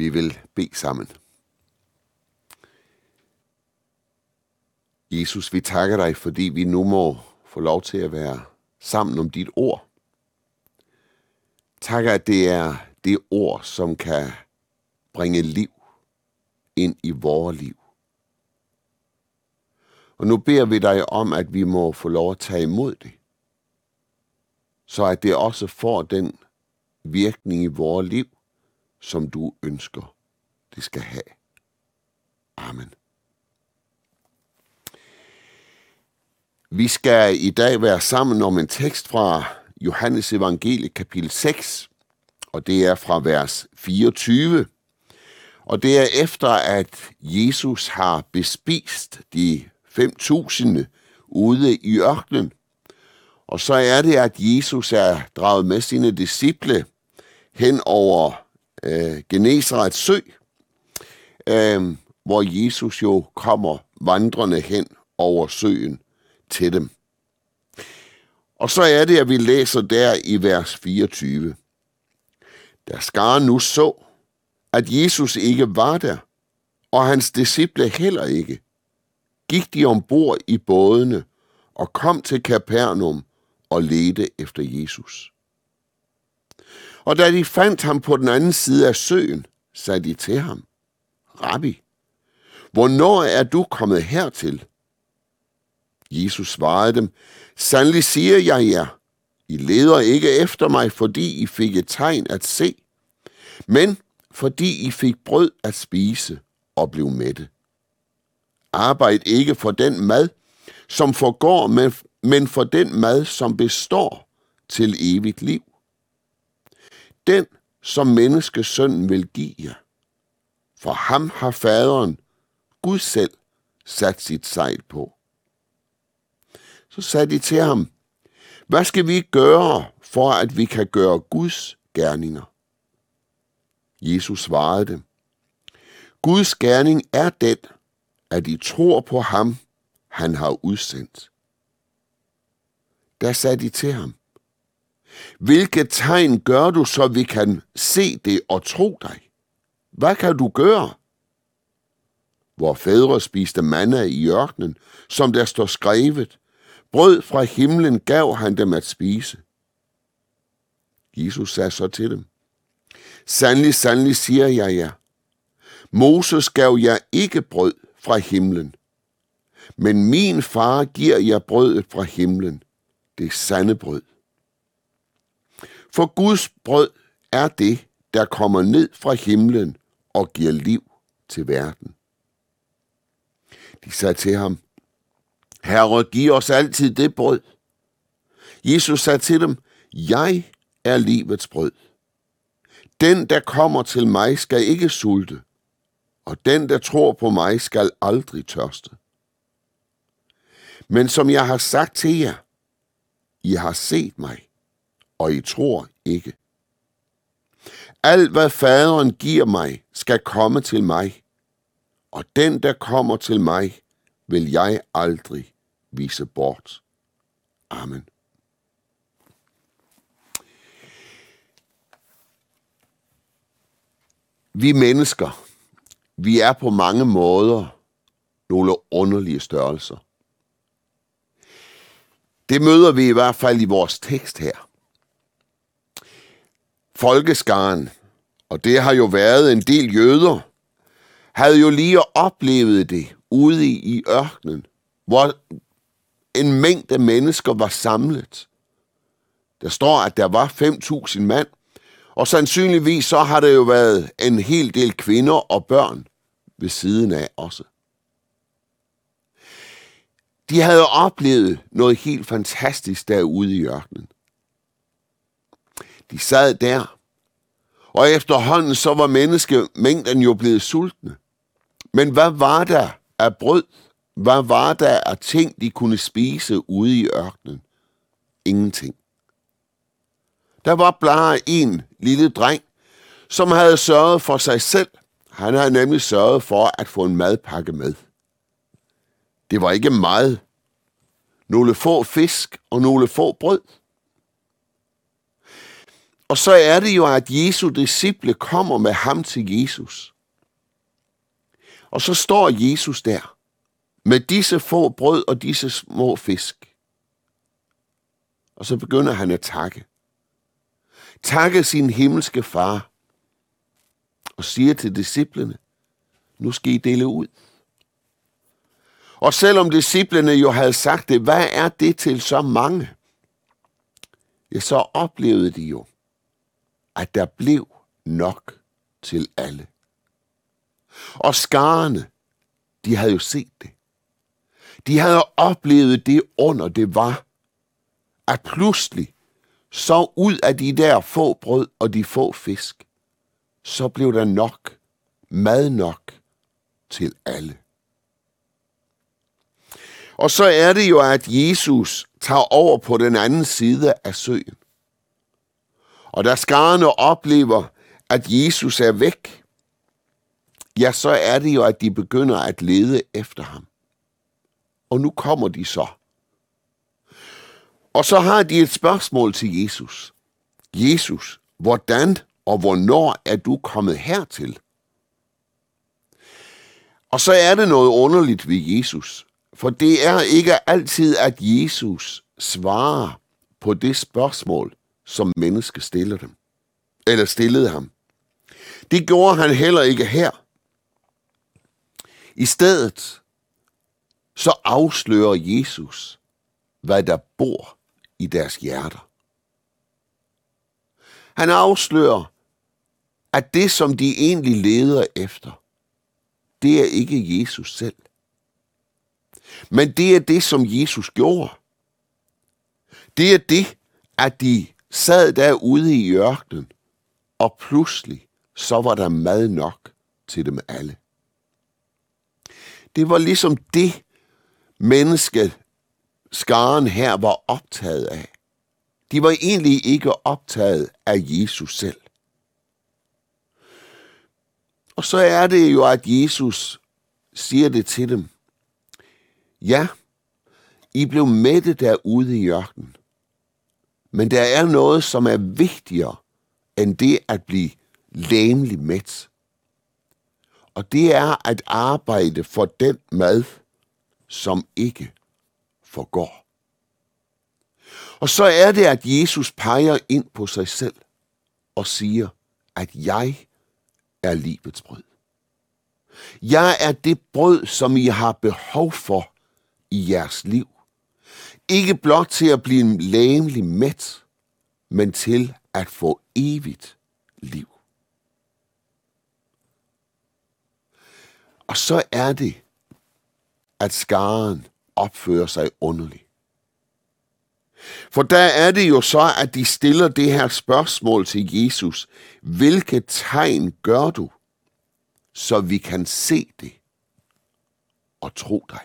Vi vil bede sammen. Jesus, vi takker dig, fordi vi nu må få lov til at være sammen om dit ord. Tak, at det er det ord, som kan bringe liv ind i vores liv. Og nu beder vi dig om, at vi må få lov at tage imod det, så at det også får den virkning i vores liv, som du ønsker, det skal have. Amen. Vi skal i dag være sammen om en tekst fra Johannes Evangeliet kapitel 6, og det er fra vers 24. Og det er efter, at Jesus har bespist de 5.000 ude i ørkenen. Og så er det, at Jesus er draget med sine disciple hen over Genesarets sø, hvor Jesus jo kommer vandrende hen over søen til dem. Og så er det, at vi læser der i vers 24. Da skaren nu så, at Jesus ikke var der, og hans disciple heller ikke, gik de ombord i bådene og kom til Kapernaum og ledte efter Jesus. Og da de fandt ham på den anden side af søen, sagde de til ham: Rabbi, hvornår er du kommet hertil? Jesus svarede dem: Sandelig siger jeg jer, I leder ikke efter mig, fordi I fik et tegn at se, men fordi I fik brød at spise og blev mætte. Arbejd ikke for den mad, som forgår, men for den mad, som består til evigt liv. Den, som menneskesønnen vil give jer. For ham har faderen, Gud selv, sat sit sejl på. Så sagde de til ham: Hvad skal vi gøre, for at vi kan gøre Guds gerninger? Jesus svarede dem: Guds gerning er den, at I tror på ham, han har udsendt. Der sagde de til ham: Hvilket tegn gør du, så vi kan se det og tro dig? Hvad kan du gøre? Vor fædre spiste manna i ørkenen, som der står skrevet: Brød fra himlen gav han dem at spise. Jesus sagde så til dem: Sandelig, sandelig siger jeg jer, Moses gav jer ikke brød fra himlen, men min far giver jer brødet fra himlen, det sande brød. For Guds brød er det, der kommer ned fra himlen og giver liv til verden. De sagde til ham: Herre, giv os altid det brød. Jesus sagde til dem: Jeg er livets brød. Den, der kommer til mig, skal ikke sulte, og den, der tror på mig, skal aldrig tørste. Men som jeg har sagt til jer, I har set mig, og I tror ikke. Alt, hvad faderen giver mig, skal komme til mig, og den, der kommer til mig, vil jeg aldrig vise bort. Amen. Vi mennesker, vi er på mange måder nogle underlige størrelser. Det møder vi i hvert fald i vores tekst her. Folkeskaren, og det har jo været en del jøder, havde jo lige oplevet det ude i ørkenen, hvor en mængde mennesker var samlet. Der står, at der var 5.000 mand, og sandsynligvis så har der jo været en hel del kvinder og børn ved siden af også. De havde oplevet noget helt fantastisk derude i ørkenen. De sad der, og efterhånden så var menneskemængden jo blevet sultne. Men hvad var der af brød? Hvad var der af ting, de kunne spise ude i ørkenen? Ingenting. Der var bare en lille dreng, som havde sørget for sig selv. Han havde nemlig sørget for at få en madpakke med. Det var ikke meget. Nogle få fisk og nogle få brød. Og så er det jo, at Jesu disciple kommer med ham til Jesus. Og så står Jesus der med disse få brød og disse små fisk. Og så begynder han at takke. Takke sin himmelske far. Og siger til disciplene, nu skal I dele ud. Og selvom disciplene jo havde sagt det, hvad er det til så mange? Ja, så oplevede de jo, at der blev nok til alle. Og skarne, de havde jo set det. De havde oplevet det under, det var, at pludselig, så ud af de der få brød og de få fisk, så blev der nok, mad nok til alle. Og så er det jo, at Jesus tager over på den anden side af søen. Og da skarne oplever, at Jesus er væk, ja, så er det jo, at de begynder at lede efter ham. Og nu kommer de så. Og så har de et spørgsmål til Jesus. Jesus, hvordan og hvornår er du kommet hertil? Og så er det noget underligt ved Jesus. For det er ikke altid, at Jesus svarer på det spørgsmål, som mennesket stillede ham. Det gjorde han heller ikke her. I stedet så afslører Jesus, hvad der bor i deres hjerter. Han afslører, at det, som de egentlig leder efter, det er ikke Jesus selv. Men det er det, som Jesus gjorde. Det er det, at de sad derude i ørkenen, og pludselig så var der mad nok til dem alle. Det var ligesom det, menneskeskaren her var optaget af. De var egentlig ikke optaget af Jesus selv. Og så er det jo, at Jesus siger det til dem. Ja, I blev mætte derude i ørkenen. Men der er noget, som er vigtigere end det at blive legemligt mæt. Og det er at arbejde for den mad, som ikke forgår. Og så er det, at Jesus peger ind på sig selv og siger, at jeg er livets brød. Jeg er det brød, som I har behov for i jeres liv. Ikke blot til at blive legemligt mæt, men til at få evigt liv. Og så er det, at skaren opfører sig underligt. For der er det jo så, at de stiller det her spørgsmål til Jesus. Hvilke tegn gør du, så vi kan se det og tro dig?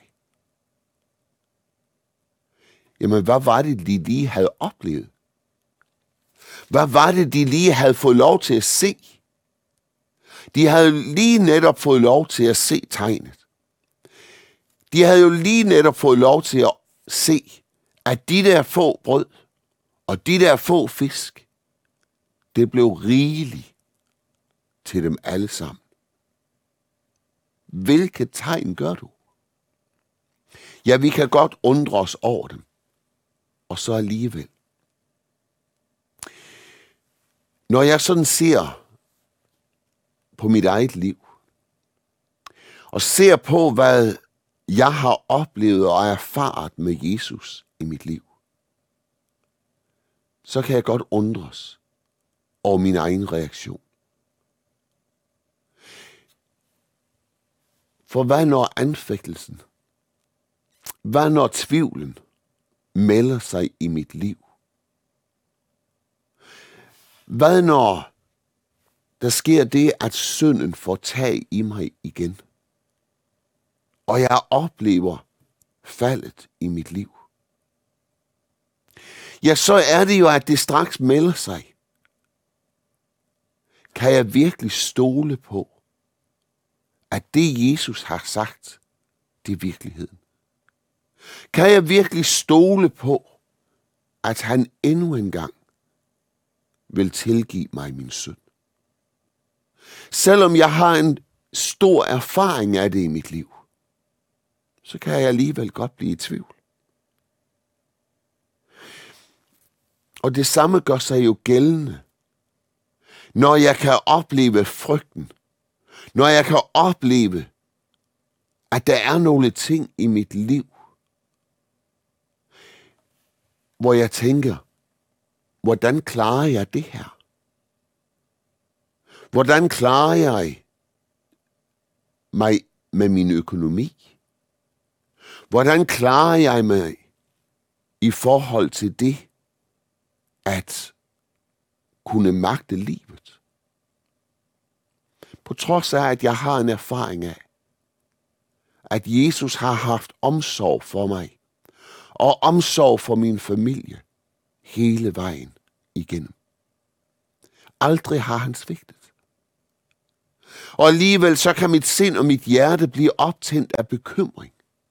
Jamen, hvad var det, de lige havde oplevet? Hvad var det, de lige havde fået lov til at se? De havde lige netop fået lov til at se tegnet. De havde jo lige netop fået lov til at se, at de der få brød og de der få fisk, det blev rigeligt til dem alle sammen. Hvilke tegn gør du? Ja, vi kan godt undre os over dem. Og så alligevel. Når jeg sådan ser på mit eget liv, og ser på, hvad jeg har oplevet og erfaret med Jesus i mit liv, så kan jeg godt undres over min egen reaktion. For hvad når anfægtelsen, hvad når tvivlen melder sig i mit liv? Hvad når der sker det, at synden får tag i mig igen, og jeg oplever faldet i mit liv? Ja, så er det jo, at det straks melder sig. Kan jeg virkelig stole på, at det Jesus har sagt, det er virkeligheden? Kan jeg virkelig stole på, at han endnu en gang vil tilgive mig min synd. Selvom jeg har en stor erfaring af det i mit liv, så kan jeg alligevel godt blive i tvivl. Og det samme gør sig jo gældende, når jeg kan opleve frygten, når jeg kan opleve, at der er nogle ting i mit liv, hvor jeg tænker, hvordan klarer jeg det her? Hvordan klarer jeg mig med min økonomi? Hvordan klarer jeg mig i forhold til det, at kunne magte livet? På trods af, at jeg har en erfaring af, at Jesus har haft omsorg for mig, og omsorg for min familie, hele vejen igennem. Aldrig har han svigtet. Og alligevel så kan mit sind og mit hjerte blive optændt af bekymring.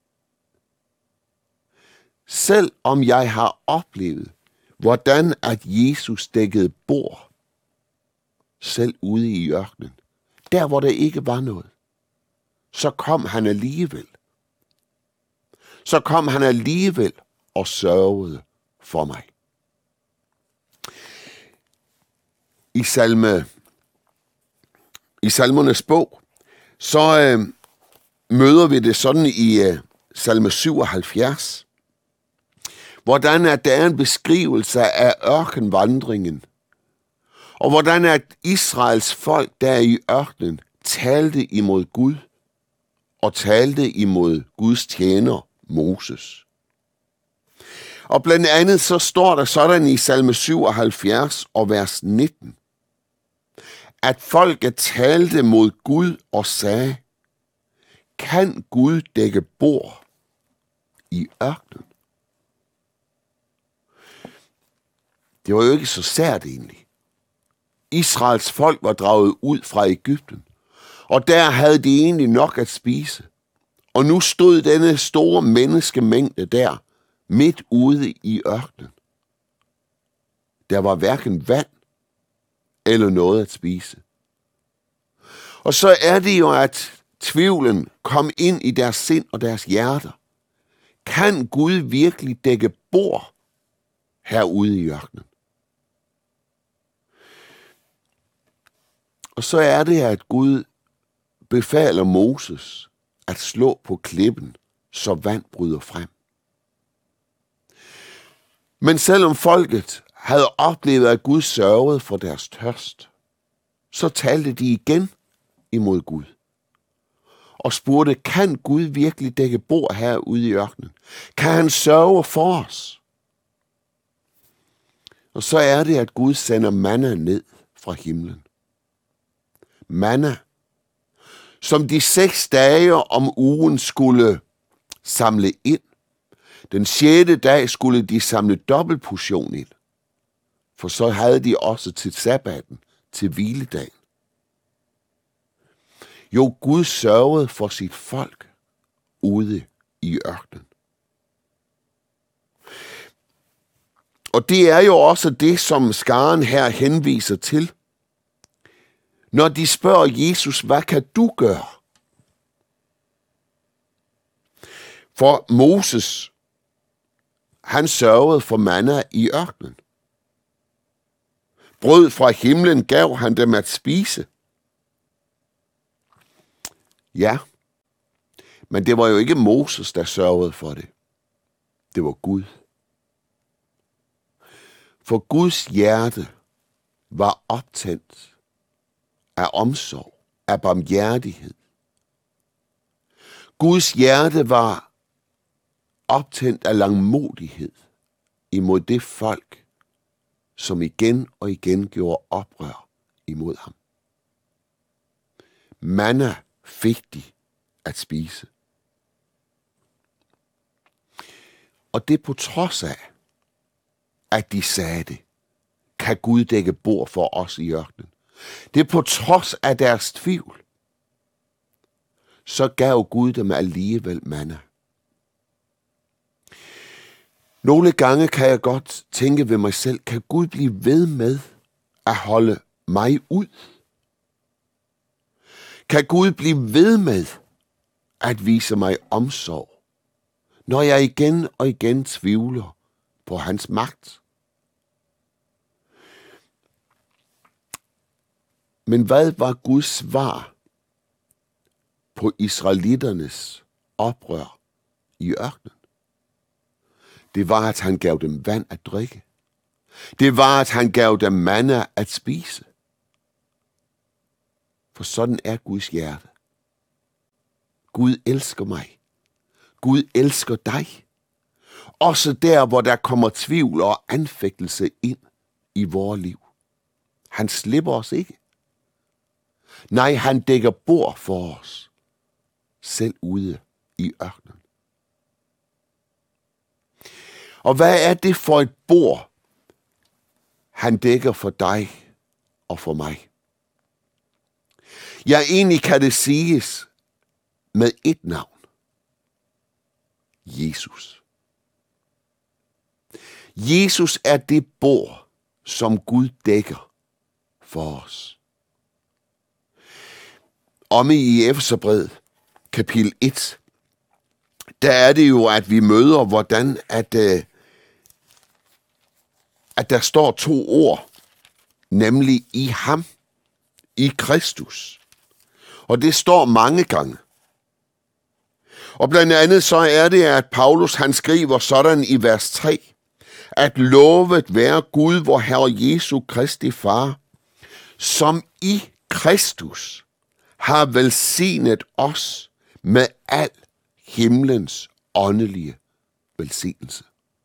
Selv om jeg har oplevet, hvordan at Jesus dækkede bord, selv ude i ørkenen, der hvor der ikke var noget, så kom han alligevel. Så kom han alligevel og sørgede for mig. I salmernes bog, så møder vi det sådan i salme 77, hvordan at der er en beskrivelse af ørkenvandringen, og hvordan at Israels folk der i ørkenen talte imod Gud, og talte imod Guds tjener Moses. Og blandt andet så står der sådan i salme 77 og vers 19, at folket talte mod Gud og sagde, kan Gud dække bord i ørkenen? Det var jo ikke så sært egentlig. Israels folk var draget ud fra Egypten, og der havde de egentlig nok at spise. Og nu stod denne store menneskemængde der, midt ude i ørkenen. Der var hverken vand eller noget at spise. Og så er det jo, at tvivlen kom ind i deres sind og deres hjerter. Kan Gud virkelig dække bord herude i ørkenen? Og så er det, at Gud befaler Moses at slå på klippen, så vand bryder frem. Men selvom folket havde oplevet, at Gud sørgede for deres tørst, så talte de igen imod Gud og spurgte, kan Gud virkelig dække bord herude i ørkenen? Kan han sørge for os? Og så er det, at Gud sender manna ned fra himlen. Manna, som de 6 dage om ugen skulle samle ind. Den 6. dag skulle de samle dobbelt portion ind, for så havde de også til sabbaten, til hviledagen. Jo, Gud sørgede for sit folk ude i ørkenen. Og det er jo også det, som skaren her henviser til. Når de spørger Jesus, hvad kan du gøre? For Moses, han sørgede for manna i ørkenen. Brød fra himlen gav han dem at spise. Ja, men det var jo ikke Moses, der sørgede for det. Det var Gud. For Guds hjerte var optændt af omsorg, af barmhjertighed. Guds hjerte var optændt af langmodighed imod det folk, som igen og igen gjorde oprør imod ham. Manna fik de at spise. Og det på trods af, at de sagde det, kan Gud dække bord for os i ørkenen. Det er på trods af deres tvivl, så gav Gud dem alligevel manna. Nogle gange kan jeg godt tænke ved mig selv, kan Gud blive ved med at holde mig ud? Kan Gud blive ved med at vise mig omsorg, når jeg igen og igen tvivler på hans magt? Men hvad var Guds svar på israelitternes oprør i ørkenen? Det var, at han gav dem vand at drikke. Det var, at han gav dem manna at spise. For sådan er Guds hjerte. Gud elsker mig. Gud elsker dig. Også der, hvor der kommer tvivl og anfægtelse ind i vores liv. Han slipper os ikke. Nej, han dækker bord for os, selv ude i ørkenen. Og hvad er det for et bord, han dækker for dig og for mig? Ja, egentlig kan det siges med et navn. Jesus. Jesus er det bord, som Gud dækker for os. Omme i Efeserbrevet, kapitel 1, der er det jo, at vi møder, hvordan at der står 2 ord, nemlig i ham, i Kristus. Og det står mange gange. Og blandt andet så er det, at Paulus han skriver sådan i vers 3, at lovet være Gud, vor Herre Jesu Kristi Far, som i Kristus har velsignet os med al himlens åndelige velsignelse.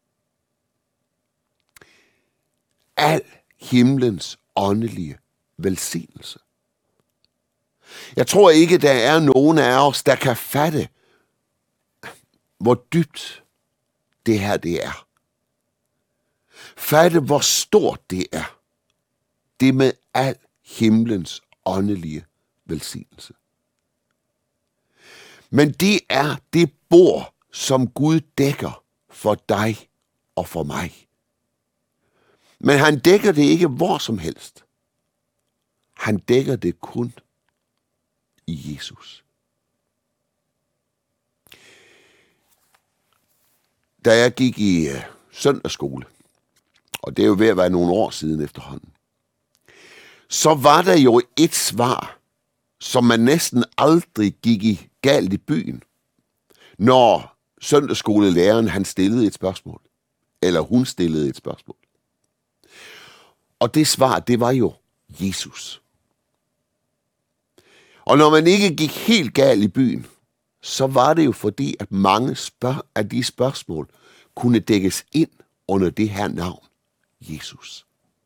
Al himlens åndelige velsignelse. Jeg tror ikke, der er nogen af os, der kan fatte, hvor dybt det her det er. Fatte, hvor stort det er. Det med al himlens åndelige velsignelse. Men det er det bord, som Gud dækker for dig og for mig. Men han dækker det ikke hvor som helst. Han dækker det kun i Jesus. Da jeg gik i søndagsskole, og det er jo ved at være nogle år siden efterhånden, så var der jo et svar, som man næsten aldrig gik galt i byen, når søndagsskolelæreren han stillede et spørgsmål, eller hun stillede et spørgsmål. Og det svar, det var jo Jesus. Og når man ikke gik helt galt i byen, så var det jo fordi, at mange af de spørgsmål kunne dækkes ind under det her navn, Jesus.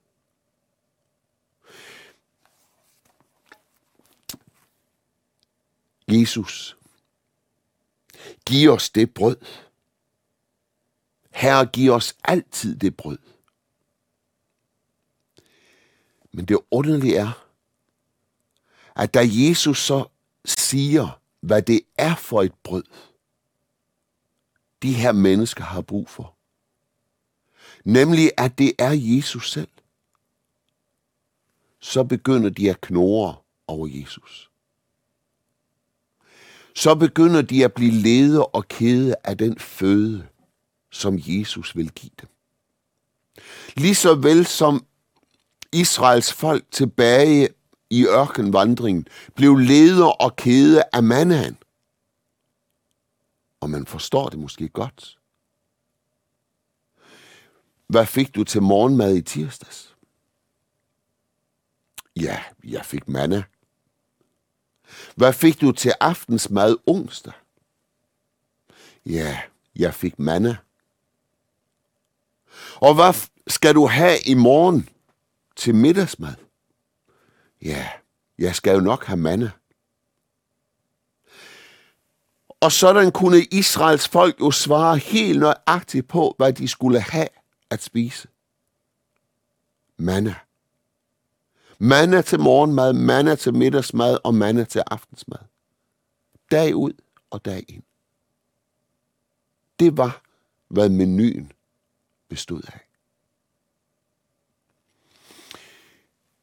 Jesus, giv os det brød. Herre, giv os altid det brød. Men det underlige er, at da Jesus så siger, hvad det er for et brød, de her mennesker har brug for, nemlig at det er Jesus selv, så begynder de at knurre over Jesus. Så begynder de at blive lede og kede af den føde, som Jesus vil give dem. Lige så vel som Israels folk tilbage i ørkenvandringen blev leder og kede af mannaen. Og man forstår det måske godt. Hvad fik du til morgenmad i tirsdags? Ja, jeg fik manna. Hvad fik du til aftensmad onsdag? Ja, jeg fik manna. Og hvad skal du have i morgen til middagsmad? Ja, jeg skal jo nok have manna. Og sådan kunne Israels folk jo svare helt nøjagtigt på, hvad de skulle have at spise. Manna. Manna til morgenmad, manna til middagsmad og manna til aftensmad. Dag ud og dag ind. Det var, hvad menuen bestod af.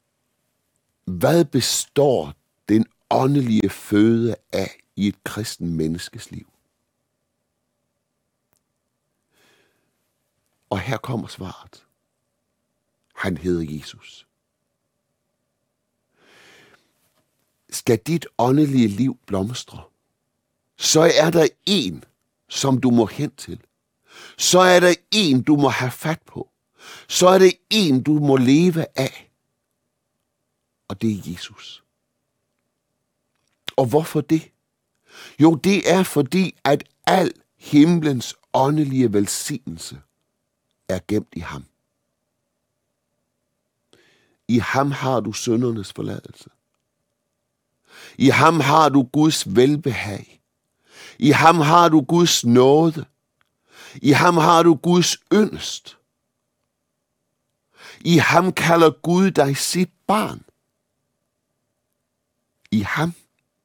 hvad består den åndelige føde af i et kristen menneskes liv? Og her kommer svaret. Han hedder Jesus. Skal dit åndelige liv blomstre, så er der en, som du må hen til. Så er der en, du må have fat på. Så er det en, du må leve af. Og det er Jesus. Og hvorfor det? Jo, det er fordi, at al himlens åndelige velsignelse er gemt i ham. I ham har du syndernes forladelse. I ham har du Guds velbehag. I ham har du Guds nåde. I ham har du Guds yndest. I ham kalder Gud dig sit barn. I ham.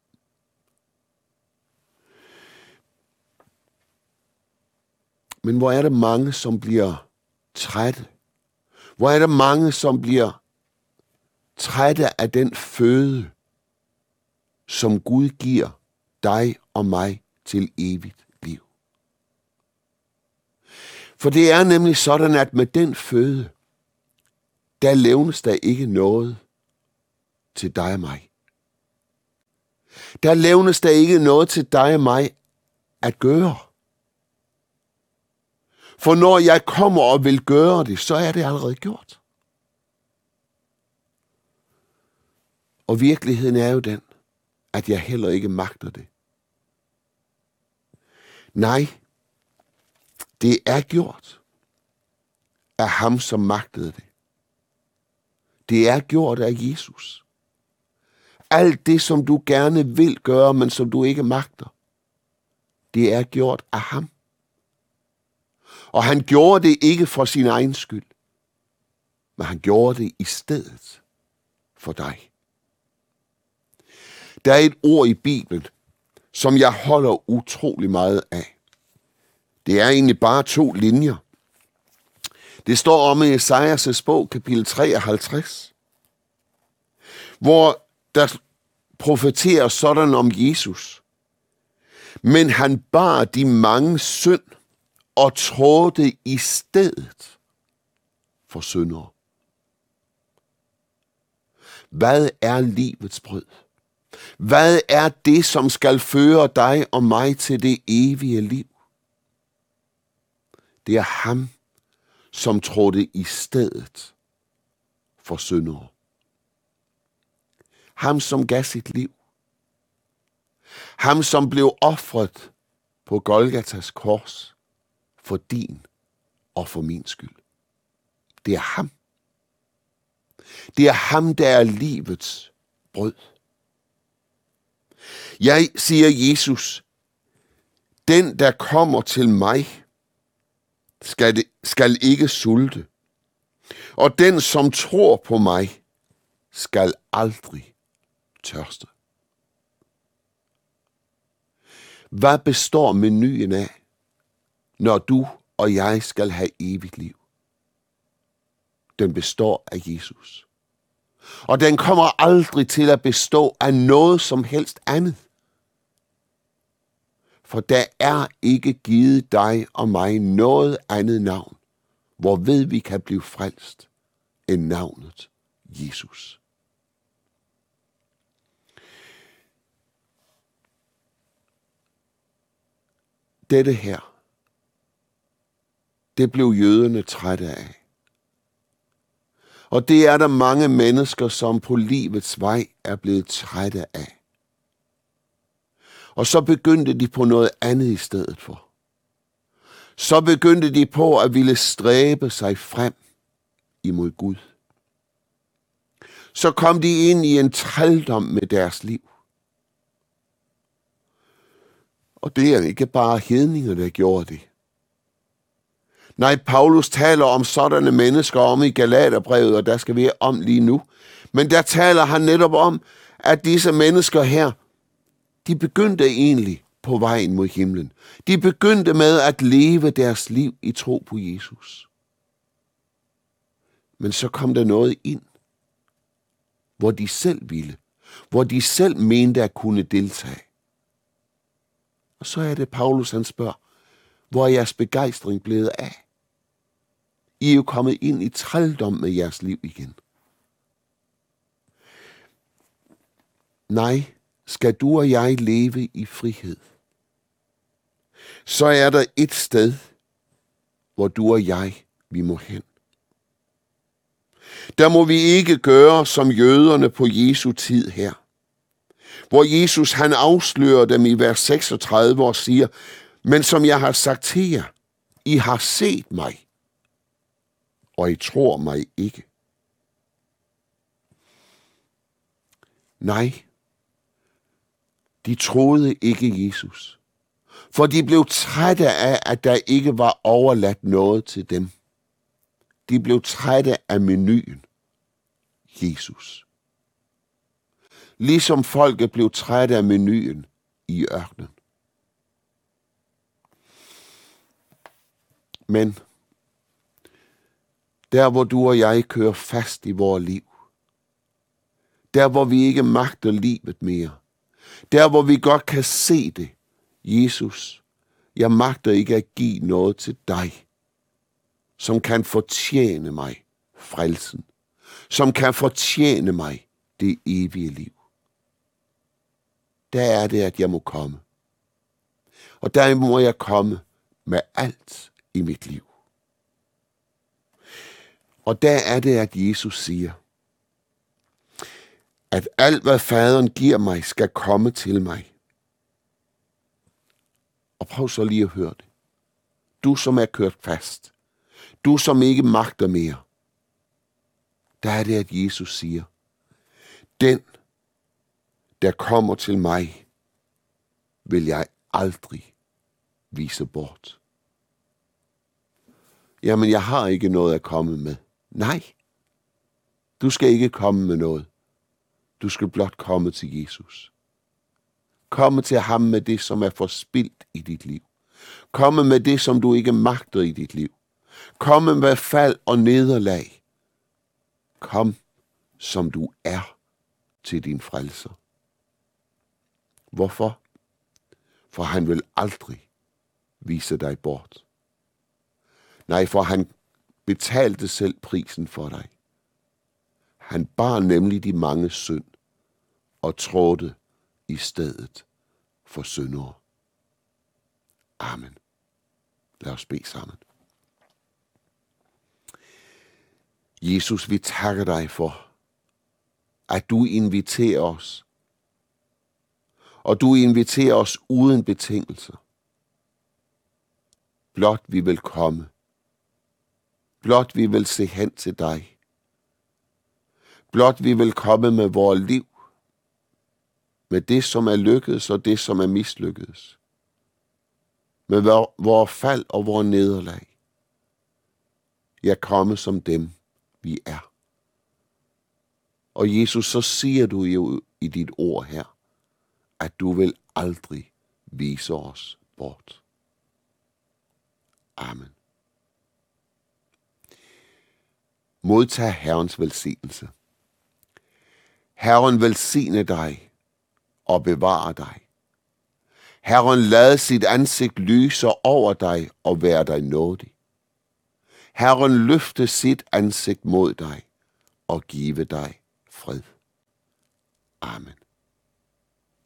Men hvor er der mange, som bliver trætte? Hvor er der mange, som bliver trætte af den føde, som Gud giver dig og mig til evigt liv? For det er nemlig sådan, at med den føde, der levnes der ikke noget til dig og mig. Der levnes der ikke noget til dig og mig at gøre. For når jeg kommer og vil gøre det, så er det allerede gjort. Og virkeligheden er jo den, at jeg heller ikke magter det. Nej, det er gjort af ham, som magtede det. Det er gjort af Jesus. Alt det, som du gerne vil gøre, men som du ikke magter, det er gjort af ham. Og han gjorde det ikke for sin egen skyld, men han gjorde det i stedet for dig. Der er et ord i Bibelen, som jeg holder utrolig meget af. Det er egentlig bare 2 linjer. Det står om i Esajas' bog, kapitel 53, hvor der profeterer sådan om Jesus. Men han bar de mange synd og trådte i stedet for syndere. Hvad er livets brød? Hvad er det, som skal føre dig og mig til det evige liv? Det er ham, som trådte i stedet for syndere. Ham, som gav sit liv. Ham, som blev ofret på Golgatas kors for din og for min skyld. Det er ham. Det er ham, der er livets brød. Jeg siger Jesus, den der kommer til mig, skal ikke sulte, og den som tror på mig, skal aldrig tørste. Hvad består menuen af, når du og jeg skal have evigt liv? Den består af Jesus. Og den kommer aldrig til at bestå af noget som helst andet. For der er ikke givet dig og mig noget andet navn, hvorved vi kan blive frelst, end navnet Jesus. Dette her, det blev jøderne trætte af. Og det er der mange mennesker, som på livets vej er blevet trætte af. Og så begyndte de på noget andet i stedet for. Så begyndte de på at ville stræbe sig frem imod Gud. Så kom de ind i en trældom med deres liv. Og det er ikke bare hedninger, der gjorde det. Nej, Paulus taler om sådanne mennesker om i Galaterbrevet, og der skal vi om lige nu. Men der taler han netop om, at disse mennesker her, de begyndte egentlig på vejen mod himlen. De begyndte med at leve deres liv i tro på Jesus. Men så kom der noget ind, hvor de selv ville, hvor de selv mente at kunne deltage. Og så er det, Paulus han spørger, hvor er jeres begejstring blevet af? I er jo kommet ind i trældom med jeres liv igen. Nej, skal du og jeg leve i frihed, så er der et sted, hvor du og jeg, vi må hen. Der må vi ikke gøre som jøderne på Jesu tid her, hvor Jesus han afslører dem i vers 36 og siger, men som jeg har sagt til jer, I har set mig, og I tror mig ikke. Nej, de troede ikke Jesus, for de blev trætte af, at der ikke var overladt noget til dem. De blev trætte af menuen, Jesus. Ligesom folket blev trætte af menuen i ørkenen. Men der hvor du og jeg kører fast i vores liv, der hvor vi ikke magter livet mere, der hvor vi godt kan se det, Jesus, jeg magter ikke at give noget til dig, som kan fortjene mig frelsen, som kan fortjene mig det evige liv. Der er det, at jeg må komme. Og der må jeg komme med alt i mit liv. Og der er det, at Jesus siger, at alt, hvad faderen giver mig, skal komme til mig. Og prøv så lige at høre det. Du, som er kørt fast. Du, som ikke magter mere. Der er det, at Jesus siger, den, der kommer til mig, vil jeg aldrig vise bort. Jamen, jeg har ikke noget at komme med. Nej, du skal ikke komme med noget. Du skal blot komme til Jesus. Komme til ham med det, som er forspildt i dit liv. Komme med det, som du ikke magter i dit liv. Komme med fald og nederlag. Kom, som du er til din frelser. Hvorfor? For han vil aldrig vise dig bort. Nej, for han betalte selv prisen for dig. Han bar nemlig de mange synd og trådte i stedet for syndere. Amen. Lad os bede sammen. Jesus, vi takker dig for, at du inviterer os. Og du inviterer os uden betingelser. Blot vi vil komme. Blot vi vil se hen til dig. Blot vi vil komme med vores liv. Med det, som er lykkedes og det, som er mislykkedes. Med vores fald og vores nederlag. Jeg komme som dem, vi er. Og Jesus, så siger du jo i dit ord her, at du vil aldrig vise os bort. Amen. Modtag Herrens velsignelse. Herren velsigne dig og bevare dig. Herren lad sit ansigt lyse over dig og være dig nådig. Herren løfte sit ansigt mod dig og give dig fred. Amen.